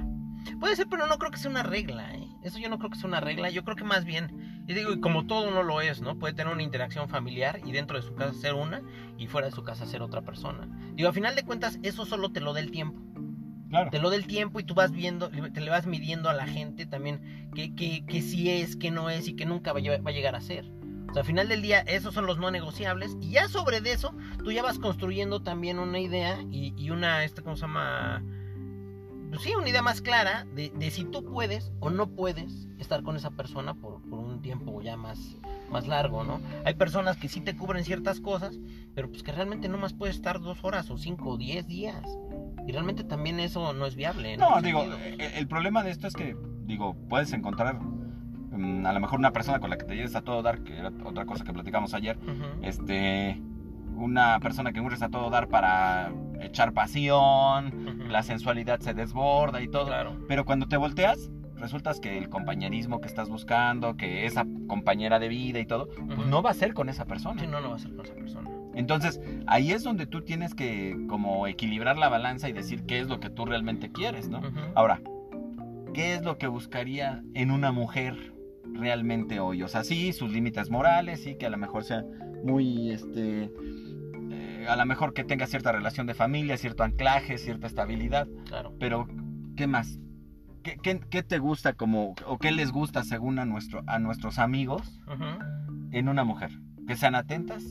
Puede ser, pero no creo que sea una regla, ¿eh? Eso yo no creo que sea una regla. Yo creo que más bien, y digo, y como todo no lo es, ¿no? Puede tener una interacción familiar y dentro de su casa ser una y fuera de su casa ser otra persona. Digo, a final de cuentas, eso solo te lo da el tiempo. Claro. Te lo da el tiempo y tú vas viendo, te le vas midiendo a la gente también que, que, que sí es, que no es y que nunca va a, va a llegar a ser. O sea, al final del día, esos son los no negociables. Y ya sobre de eso, tú ya vas construyendo también una idea y, y una, este, ¿cómo se llama? Pues sí, una idea más clara de, de si tú puedes o no puedes estar con esa persona por, por un tiempo ya más, más largo, ¿no? Hay personas que sí te cubren ciertas cosas, pero pues que realmente no más puedes estar dos horas o cinco o diez días. Y realmente también eso no es viable. No, digo, el, el problema de esto es que, digo, puedes encontrar um, a lo mejor una persona con la que te lleves a todo dar, que era otra cosa que platicamos ayer, uh-huh. este... una persona que urge a todo dar para echar pasión, uh-huh. la sensualidad se desborda y todo, claro. Pero cuando te volteas, resultas que el compañerismo que estás buscando, que esa compañera de vida y todo, uh-huh. pues no va a ser con esa persona. Sí, no, no va a ser con esa persona. Entonces, ahí es donde tú tienes que como equilibrar la balanza y decir qué es lo que tú realmente quieres, ¿no? Uh-huh. Ahora, ¿qué es lo que buscaría en una mujer realmente hoy? O sea, sí, sus límites morales, sí, que a lo mejor sea muy, este... a lo mejor que tenga cierta relación de familia, cierto anclaje, cierta estabilidad. Claro. Pero, ¿qué más? ¿Qué, qué, qué te gusta como, o qué les gusta según a, nuestro, a nuestros amigos uh-huh. en una mujer? Que sean atentas,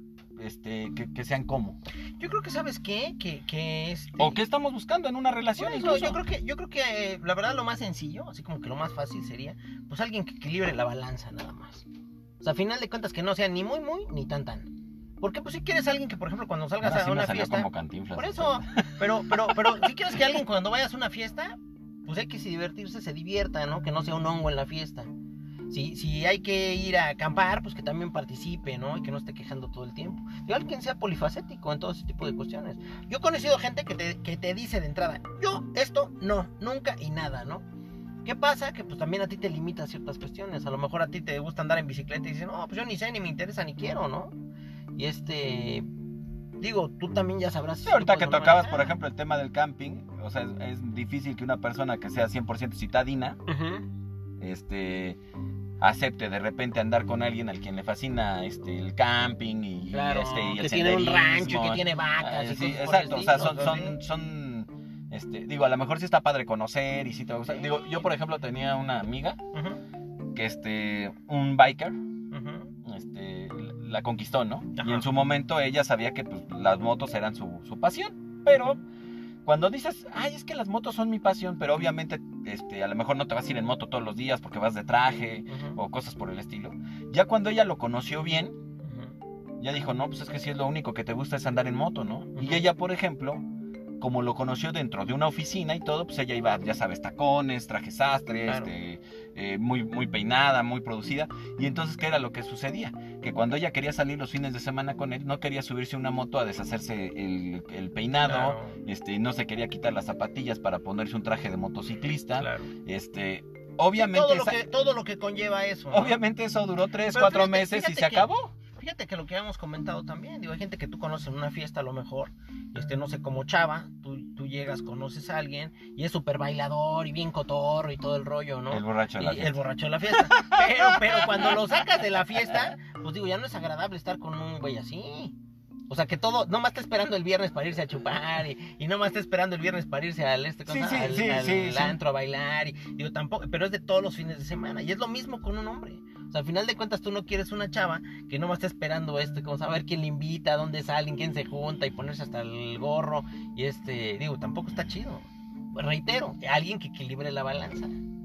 este, que, que sean cómo. Yo creo que, ¿sabes qué? Que, que este... O qué estamos buscando en una relación. Bueno, yo creo que, yo creo que eh, la verdad lo más sencillo, así como que lo más fácil sería, pues alguien que equilibre la balanza nada más. O sea, a final de cuentas que no sea ni muy muy, ni tan tan. Porque pues si quieres a alguien que, por ejemplo, cuando salgas Ahora a sí una me salió fiesta, como Cantinflas, por eso, pero, pero, pero si quieres que alguien cuando vayas a una fiesta, pues hay que divertirse, se divierta, ¿no? Que no sea un hongo en la fiesta. Si, si hay que ir a acampar, pues que también participe, ¿no? Y que no esté quejando todo el tiempo. Digo, alguien sea polifacético en todo ese tipo de cuestiones. Yo he conocido gente que te, que te dice de entrada, yo esto no, nunca y nada, ¿no? ¿Qué pasa? Que pues también a ti te limita ciertas cuestiones. A lo mejor a ti te gusta andar en bicicleta y dices, no, pues yo ni sé, ni me interesa, ni quiero, ¿no? Y este... Digo, tú también ya sabrás... Sí, ahorita que tocabas, por ejemplo, el tema del camping, o sea, es, es difícil que una persona que sea cien por ciento citadina, uh-huh. este... acepte de repente andar con alguien al quien le fascina este el camping y, claro, este, y el que tiene un rancho, que tiene vacas. Uh, y sí, cosas exacto, por o sea, estilo, son, son, son, este, digo, a lo mejor sí está padre conocer y sí te va a gustar. Sí. Digo, yo por ejemplo tenía una amiga uh-huh. que este, un biker, uh-huh. este, la conquistó, ¿no? Uh-huh. Y en su momento ella sabía que pues, las motos eran su, su pasión, pero cuando dices, ay, es que las motos son mi pasión, pero obviamente este, a lo mejor no te vas a ir en moto todos los días porque vas de traje uh-huh. o cosas por el estilo. Ya cuando ella lo conoció bien, uh-huh. ya dijo, no, pues es que si es lo único que te gusta es andar en moto, ¿no? Uh-huh. Y ella, por ejemplo, como lo conoció dentro de una oficina y todo, pues ella iba, ya sabes, tacones, trajes sastres, claro. este, eh, muy, muy peinada, muy producida. Y entonces, ¿qué era lo que sucedía? Que cuando ella quería salir los fines de semana con él, no quería subirse a una moto a deshacerse el, el peinado, claro. este, no se quería quitar las zapatillas para ponerse un traje de motociclista. Claro. Este, obviamente... Todo lo, esa, que, todo lo que conlleva eso, ¿no? Obviamente eso duró tres, Pero cuatro fíjate, meses fíjate y se que... acabó. Fíjate que lo que habíamos comentado también, digo, hay gente que tú conoces en una fiesta a lo mejor, este, no sé, como chava, tú, tú llegas, conoces a alguien y es súper bailador y bien cotorro y todo el rollo, ¿no? El borracho de la y, fiesta. El borracho de la fiesta. Pero, pero cuando lo sacas de la fiesta, pues digo, ya no es agradable estar con un güey así. O sea, que todo, nomás está esperando el viernes para irse a chupar y, y nomás está esperando el viernes para irse al este, sí, sí, al, sí, al, sí, al antro sí. a bailar y digo, tampoco, pero es de todos los fines de semana y es lo mismo con un hombre. O sea, al final de cuentas tú no quieres una chava que nomás está esperando este, como saber quién le invita, dónde salen, quién se junta y ponerse hasta el gorro y este, digo, tampoco está chido. Pues reitero, alguien que equilibre la balanza.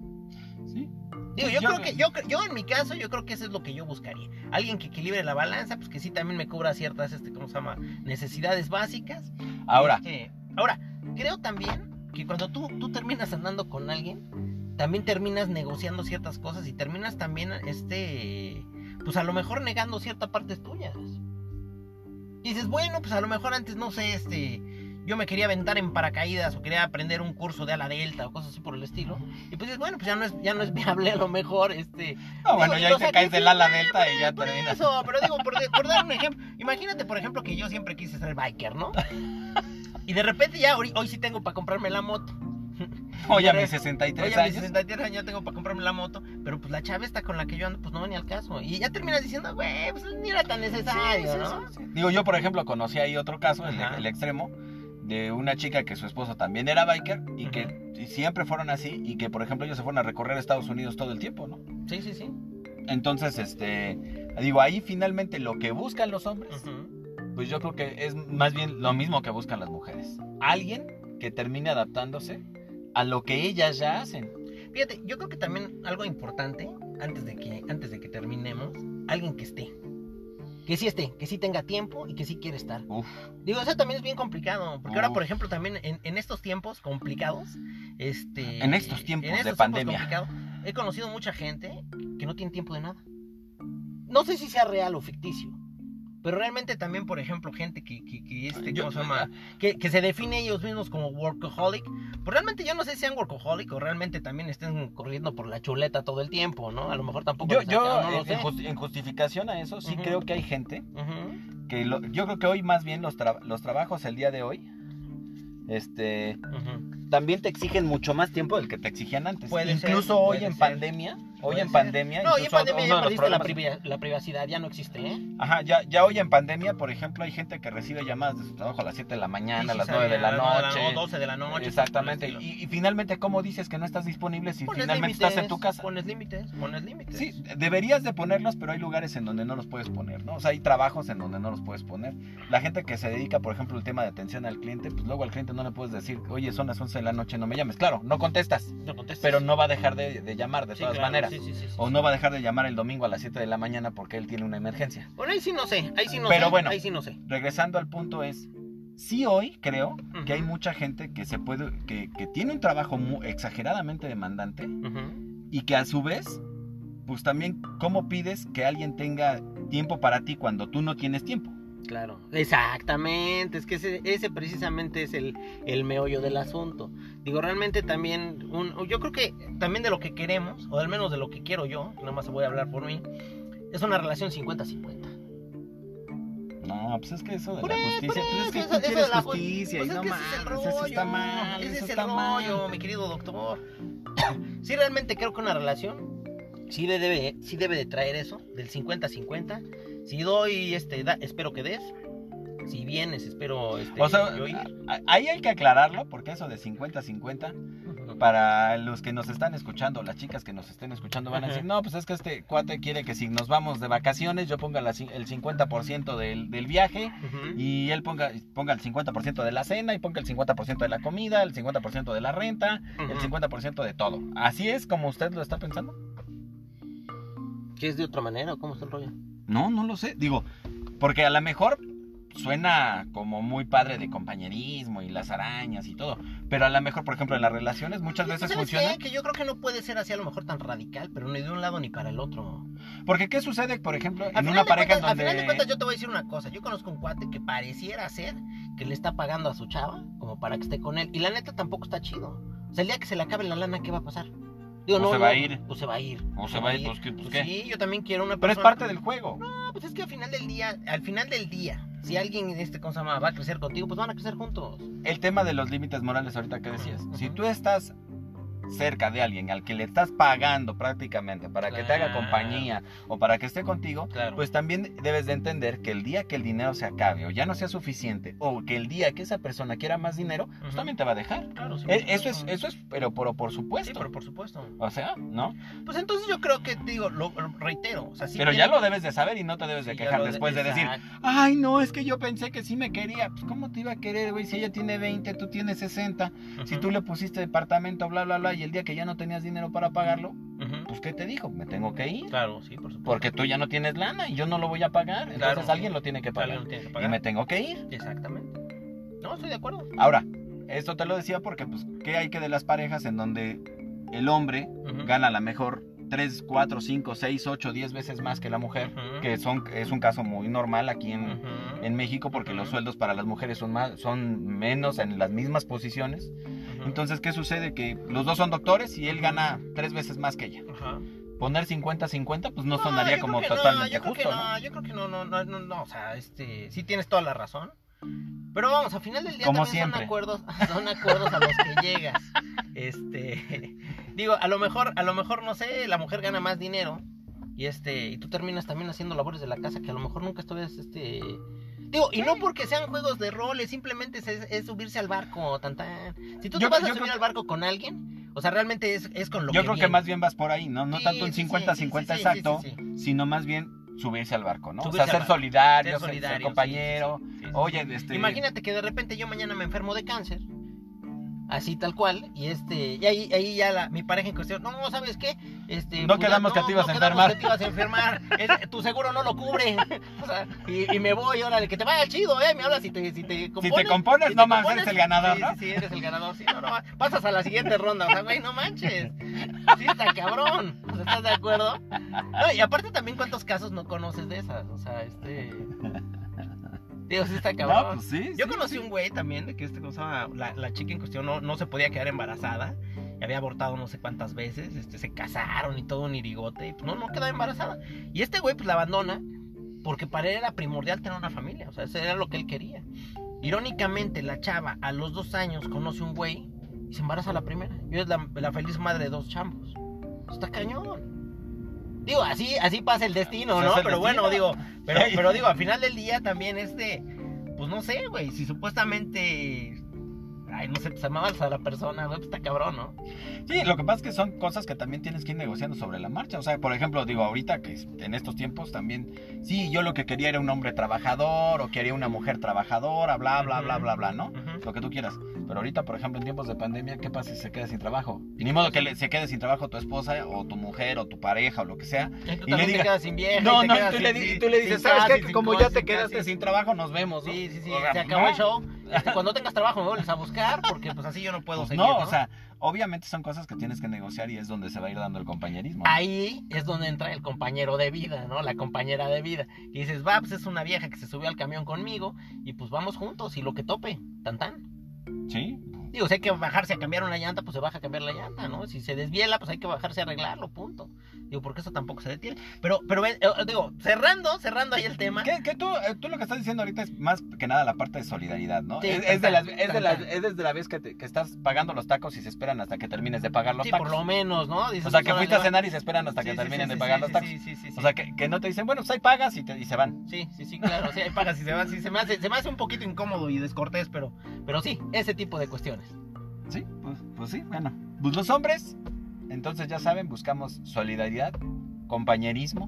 Sí. Digo, yo, yo creo que, yo, yo en mi caso, yo creo que eso es lo que yo buscaría. Alguien que equilibre la balanza, pues que sí también me cubra ciertas, este, ¿cómo se llama? Necesidades básicas. Ahora. Este, ahora, creo también que cuando tú, tú terminas andando con alguien, también terminas negociando ciertas cosas y terminas también, este, pues a lo mejor negando ciertas partes tuyas. Y dices, bueno, pues a lo mejor antes, no sé, este... yo me quería aventar en paracaídas o quería aprender un curso de ala delta o cosas así por el estilo. Y pues bueno, pues ya no es, ya no es viable a lo mejor, este... No, digo, bueno, ya te caes del ala delta y ya por terminas. Eso, pero digo, por, por dar un ejemplo, imagínate por ejemplo que yo siempre quise ser biker, ¿no? Y de repente ya hoy, hoy sí tengo para comprarme la moto. Oye, a mis sesenta y tres Oye, a mis años. sesenta y tres años ya tengo para comprarme la moto, pero pues la chava esta con la que yo ando, pues no venía al caso. Y ya terminas diciendo, güey, pues ni era tan necesario, Sí, sí, ¿no? sí, sí. Digo, yo por ejemplo conocí ahí otro caso, el, Ajá. el extremo, de una chica que su esposo también era biker y Ujú. que y siempre fueron así y que por ejemplo ellos se fueron a recorrer Estados Unidos todo el tiempo, ¿no? Sí, sí, sí. Entonces, este, digo, ahí finalmente lo que buscan los hombres, Ujú. pues yo creo que es más bien lo mismo que buscan las mujeres. Alguien que termine adaptándose a lo que ellas ya hacen. Fíjate, yo creo que también algo importante, antes de que, antes de que terminemos, alguien que esté. Que sí esté, que sí tenga tiempo y que sí quiere estar. Uf. Digo, eso también es bien complicado, porque ahora, Uf. por ejemplo, también en, en estos tiempos complicados, este... En estos tiempos en de estos pandemia. complicados, he conocido mucha gente que no tiene tiempo de nada. No sé si sea real o ficticio, pero realmente también, por ejemplo, gente que, que, que este, Yo- ¿cómo se llama? Que, que se define ellos mismos como workaholic, pues realmente yo no sé si sean workaholic o realmente también estén corriendo por la chuleta todo el tiempo, ¿no? A lo mejor tampoco Yo, les yo saca, no lo en, sé. en justi- en justificación a eso, sí Ujú. creo que hay gente Ujú, que lo- yo creo que hoy más bien los, tra- los trabajos el día de hoy, este, ujú. también te exigen mucho más tiempo del que te exigían antes. Puede ser, Incluso hoy puede en ser. pandemia, hoy Puede en ser. pandemia, No, y en incluso pandemia uno ya de los perdiste la, problemas- privi- la privacidad, ya no existe, ¿eh? Ajá, ya, ya hoy en pandemia, por ejemplo, hay gente que recibe llamadas de su trabajo a las siete de la mañana, Sí, a sí, las sabía, nueve de la a las nueve de noche. o doce de la noche. Exactamente. por el estilo. Y, y finalmente, ¿cómo dices que no estás disponible si Pones finalmente límites, estás en tu casa? Pones límites, pones límites. Sí, deberías de ponerlos, pero hay lugares en donde no los puedes poner, ¿no? O sea, hay trabajos en donde no los puedes poner. La gente que se dedica, por ejemplo, al tema de atención al cliente, pues luego al cliente no le puedes decir, oye, son las once de la noche, no me llames. Claro, no contestas, No contestes. pero no va a dejar de, de llamar de Sí, todas claro, maneras. sí, sí, sí, sí, O sí. no va a dejar de llamar el domingo a las siete de la mañana porque él tiene una emergencia. Bueno, ahí sí no sé, ahí sí no Pero sé. bueno. Ahí sí no sé. Regresando al punto es, sí hoy creo Ujú. que hay mucha gente que se puede, que, que tiene un trabajo muy exageradamente demandante Ujú. y que a su vez, pues también, ¿cómo pides que alguien tenga tiempo para ti cuando tú no tienes tiempo? Claro, exactamente, es que ese, ese precisamente es el, el meollo del asunto. Digo, realmente también, un, yo creo que también de lo que queremos, o al menos de lo que quiero yo, nada más voy a hablar por mí, es una relación cincuenta cincuenta. No, pues es que eso de Por la eso, justicia, por pues es que eso, tú eso quieres de la ju- justicia Pues y es no que ese es el mames, rollo, eso está mal, ese eso es el está mal. rollo, mi querido doctor. Sí, realmente creo que una relación sí de- debe, sí debe de traer eso, del cincuenta cincuenta. Si doy, este, da- espero que des. Si vienes, espero este, O sea, yo ir. a- ahí hay que aclararlo, porque eso de cincuenta cincuenta, Ujú. para los que nos están escuchando, las chicas que nos estén escuchando van a Ajá. decir, no, pues es que este cuate quiere que si nos vamos de vacaciones yo ponga la cin- el cincuenta por ciento del, del viaje Ujú. y él ponga, ponga el cincuenta por ciento de la cena y ponga el cincuenta por ciento de la comida, el cincuenta por ciento de la renta, el Ujú. cincuenta por ciento de todo. ¿Así es como usted lo está pensando? ¿Qué es de otra manera o cómo está el rollo? No, no lo sé. Digo, porque a lo mejor suena como muy padre de compañerismo y las arañas y todo. Pero a lo mejor, por ejemplo, en las relaciones muchas veces ¿Sabes funciona. qué? Que yo creo que no puede ser así a lo mejor tan radical, pero ni de un lado ni para el otro. Porque ¿qué sucede, por ejemplo, Al en final una de pareja en cuentas- Al donde... final de cuentas yo te voy a decir una cosa. Yo conozco un cuate que pareciera ser que le está pagando a su chava como para que esté con él. Y la neta tampoco está chido. O sea, el día que se le acabe la lana, ¿qué va a pasar? Digo, O no, se no, va a ir. Pues se va a ir. O se va a ir, pues, ¿qué- pues, qué? Sí, yo también quiero una Pero es persona... parte del juego. No, pues es que al final del día, al final del día, si alguien en este cosa va a crecer contigo, pues van a crecer juntos. El tema de los límites morales ahorita que decías. Ujú. Si tú estás cerca de alguien al que le estás pagando prácticamente para que te haga Claro. compañía o para que esté contigo, Claro. pues también debes de entender que el día que el dinero se acabe o ya no sea suficiente o que el día que esa persona quiera más dinero, pues Ujú. también te va a dejar. Claro, sí, E- por Eso es, supuesto. eso es, pero por, por Sí, supuesto. pero por supuesto. O sea, ¿no? Pues entonces yo creo que, digo, lo, lo reitero. O sea, sí pero tiene- ya lo debes de saber y no te debes de sí, ya quejar lo después de decir, exacto. ay, no, es que yo pensé que sí me quería. Pues, ¿cómo te iba a querer, güey? Si ella tiene veinte, tú tienes sesenta. Si Ujú. tú le pusiste departamento, bla, bla, bla, y el día que ya no tenías dinero para pagarlo, Ujú. pues, ¿qué te dijo? Me tengo que ir. Claro, sí, por supuesto. Porque tú ya no tienes lana y yo no lo voy a pagar. Entonces Claro. alguien lo tiene que pagar. Alguien lo tiene que Y pagar. me tengo que ir. Exactamente. No, estoy de acuerdo. Ahora, esto te lo decía porque, pues, ¿qué hay que de las parejas en donde el hombre Ujú. gana a la mejor tres, cuatro, cinco, seis, ocho, diez veces más que la mujer? Ujú. Que son, es un caso muy normal aquí en, Ujú. en México porque Ujú. los sueldos para las mujeres son, más, son menos en las mismas posiciones. Ujú. Entonces, ¿qué sucede? Que los dos son doctores y él gana tres veces más que ella. Ajá. Poner cincuenta cincuenta, pues no, No, sonaría yo como creo que no, totalmente yo creo que justo, no, ¿no? yo creo que no, no, no, no, no, o sea, este, sí tienes toda la razón. Pero vamos, al final del día Como también siempre. son acuerdos, son acuerdos a los que llegas. Este, digo, a lo mejor, a lo mejor, no sé, la mujer gana más dinero y este, y tú terminas también haciendo labores de la casa que a lo mejor nunca estuvieras, este, digo, y no porque sean juegos de roles, simplemente es, es subirse al barco, tan tan. Si tú te Yo- vas a yo subir creo al barco con alguien, o sea, realmente es, es con lo Yo que creo que viene. más bien vas por ahí, ¿no? No Sí, tanto un sí, sí, cincuenta sí, sí, cincuenta sí, exacto, sí, sí, sino más bien subirse al barco, ¿no? Subirse o sea, al ser barco. solidario, Ser ser, ser solidario, compañero. sí, sí, sí, sí, Oye, sí. este... Imagínate que de repente yo mañana me enfermo de cáncer. Así tal cual, y este, y ahí, ahí ya la, mi pareja en cuestión, no, ¿sabes qué? Este, No quedamos que te ibas a no quedamos enfermar. que te ibas a enfermar, es- tu seguro no lo cubre, o sea, y, y me voy, órale, que te vaya chido, eh, me hablas si te, si te compones. Si te compones, si no te más, compones, eres el ganador, sí, ¿no? Sí, sí, eres el ganador, sí, no, no, pasas a la siguiente ronda, o sea, güey, no manches, sí está cabrón, o sea, ¿estás de acuerdo? No, y aparte también cuántos casos no conoces de esas, o sea, este, digo, sí está cabrón. No, pues sí. Yo sí, conocí sí. un güey también de que este cosa, la, la chica en cuestión no, no se podía quedar embarazada y había abortado no sé cuántas veces, este, se casaron y todo un irigote y pues no, no quedaba embarazada. Y este güey pues la abandona porque para él era primordial tener una familia, o sea, eso era lo que él quería. Irónicamente, la chava a los dos años conoce un güey y se embaraza a la primera. Y es la, la feliz madre de dos chambos. Está cañón. Digo, así, así pasa el destino, Pues ¿no? es el Pero destino. bueno, digo, pero, pero digo, al final del día también este, pues no sé, güey, si supuestamente, ay, no sé, pues amabas a la persona, güey, pues está cabrón, ¿no? Sí, lo que pasa es que son cosas que también tienes que ir negociando sobre la marcha. O sea, por ejemplo, digo, ahorita que en estos tiempos también, sí, yo lo que quería era un hombre trabajador o quería una mujer trabajadora, bla, bla, bla, bla, bla, ¿no? Ujú. Lo que tú quieras. Pero ahorita, por ejemplo, en tiempos de pandemia, ¿qué pasa si se queda sin trabajo? Ni modo que le- se quede sin trabajo tu esposa o tu mujer o tu pareja o lo que sea. Y tú Y también le te diga- quedas sin vieja. No, y te no, quedas tú sin- le, di- sin- tú le dices, sin ¿sabes casa, qué? sin Como coche, ya te sin quedaste casa. sin trabajo, nos vemos, ¿no? Sí, sí, sí, O sea, se acabó no. el show. Este, cuando tengas trabajo me vuelves a buscar porque pues así yo no puedo Pues seguir, no, ¿no? o sea, obviamente son cosas que tienes que negociar y es donde se va a ir dando el compañerismo. ¿no? Ahí es donde entra el compañero de vida, ¿no? La compañera de vida. Y dices, va, pues es una vieja que se subió al camión conmigo y pues vamos juntos y lo que tope, tan tan. Sí. Digo, si hay que bajarse a cambiar una llanta, pues se baja a cambiar la llanta, ¿no? Si se desviela, pues hay que bajarse a arreglarlo, punto. Digo, porque eso tampoco se detiene. Pero, pero, eh, digo, cerrando, cerrando ahí el tema. Que, que tú, eh, tú lo que estás diciendo ahorita es más que nada la parte de solidaridad, ¿no? Sí, es, es de las, tan, es, de tan, las, tan. es desde la vez que, te- que estás pagando los tacos y se esperan hasta que termines de pagar los Sí, tacos. por lo menos, ¿no? Dices, O sea, pues, que órale, fuiste a va. cenar y se esperan hasta Sí, que sí, terminen sí, de sí, pagar sí, los sí, tacos. sí, sí, sí, sí. O sea, que, que no te dicen, bueno, pues ahí pagas y, te- y se van. Sí, sí, sí, claro, sí, hay pagas y se van, sí, se me hace, se me hace un poquito incómodo y descortés, pero, pero sí, ese tipo de cuestiones. Sí, pues, pues sí, bueno. Pues los hombres, entonces ya saben, buscamos solidaridad, compañerismo,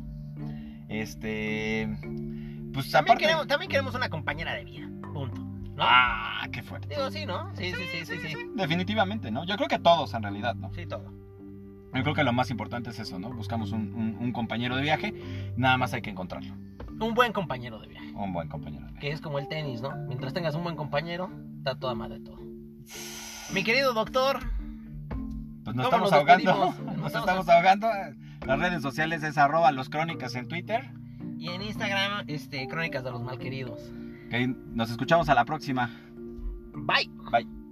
este... Pues También aparte... queremos, también queremos una compañera de vida, punto, ¿no? Ah, qué fuerte. Digo, sí, ¿no? Sí, sí, sí, sí, sí, Definitivamente, ¿no? Yo creo que todos en realidad, ¿no? sí, todo. Yo creo que lo más importante es eso, ¿no? Buscamos un, un- un compañero de viaje, nada más hay que encontrarlo. Un buen compañero de viaje, Un buen compañero de viaje. que es como el tenis, ¿no? Mientras tengas un buen compañero, está toda madre todo. Mi querido doctor, Pues nos ¿Cómo estamos nos ahogando. despedimos? Nos, Nos estamos estamos- ahogando. Las redes sociales es arroba los crónicas en Twitter. y en Instagram, este, Crónicas de los Malqueridos. Que nos escuchamos a la próxima. Bye. Bye.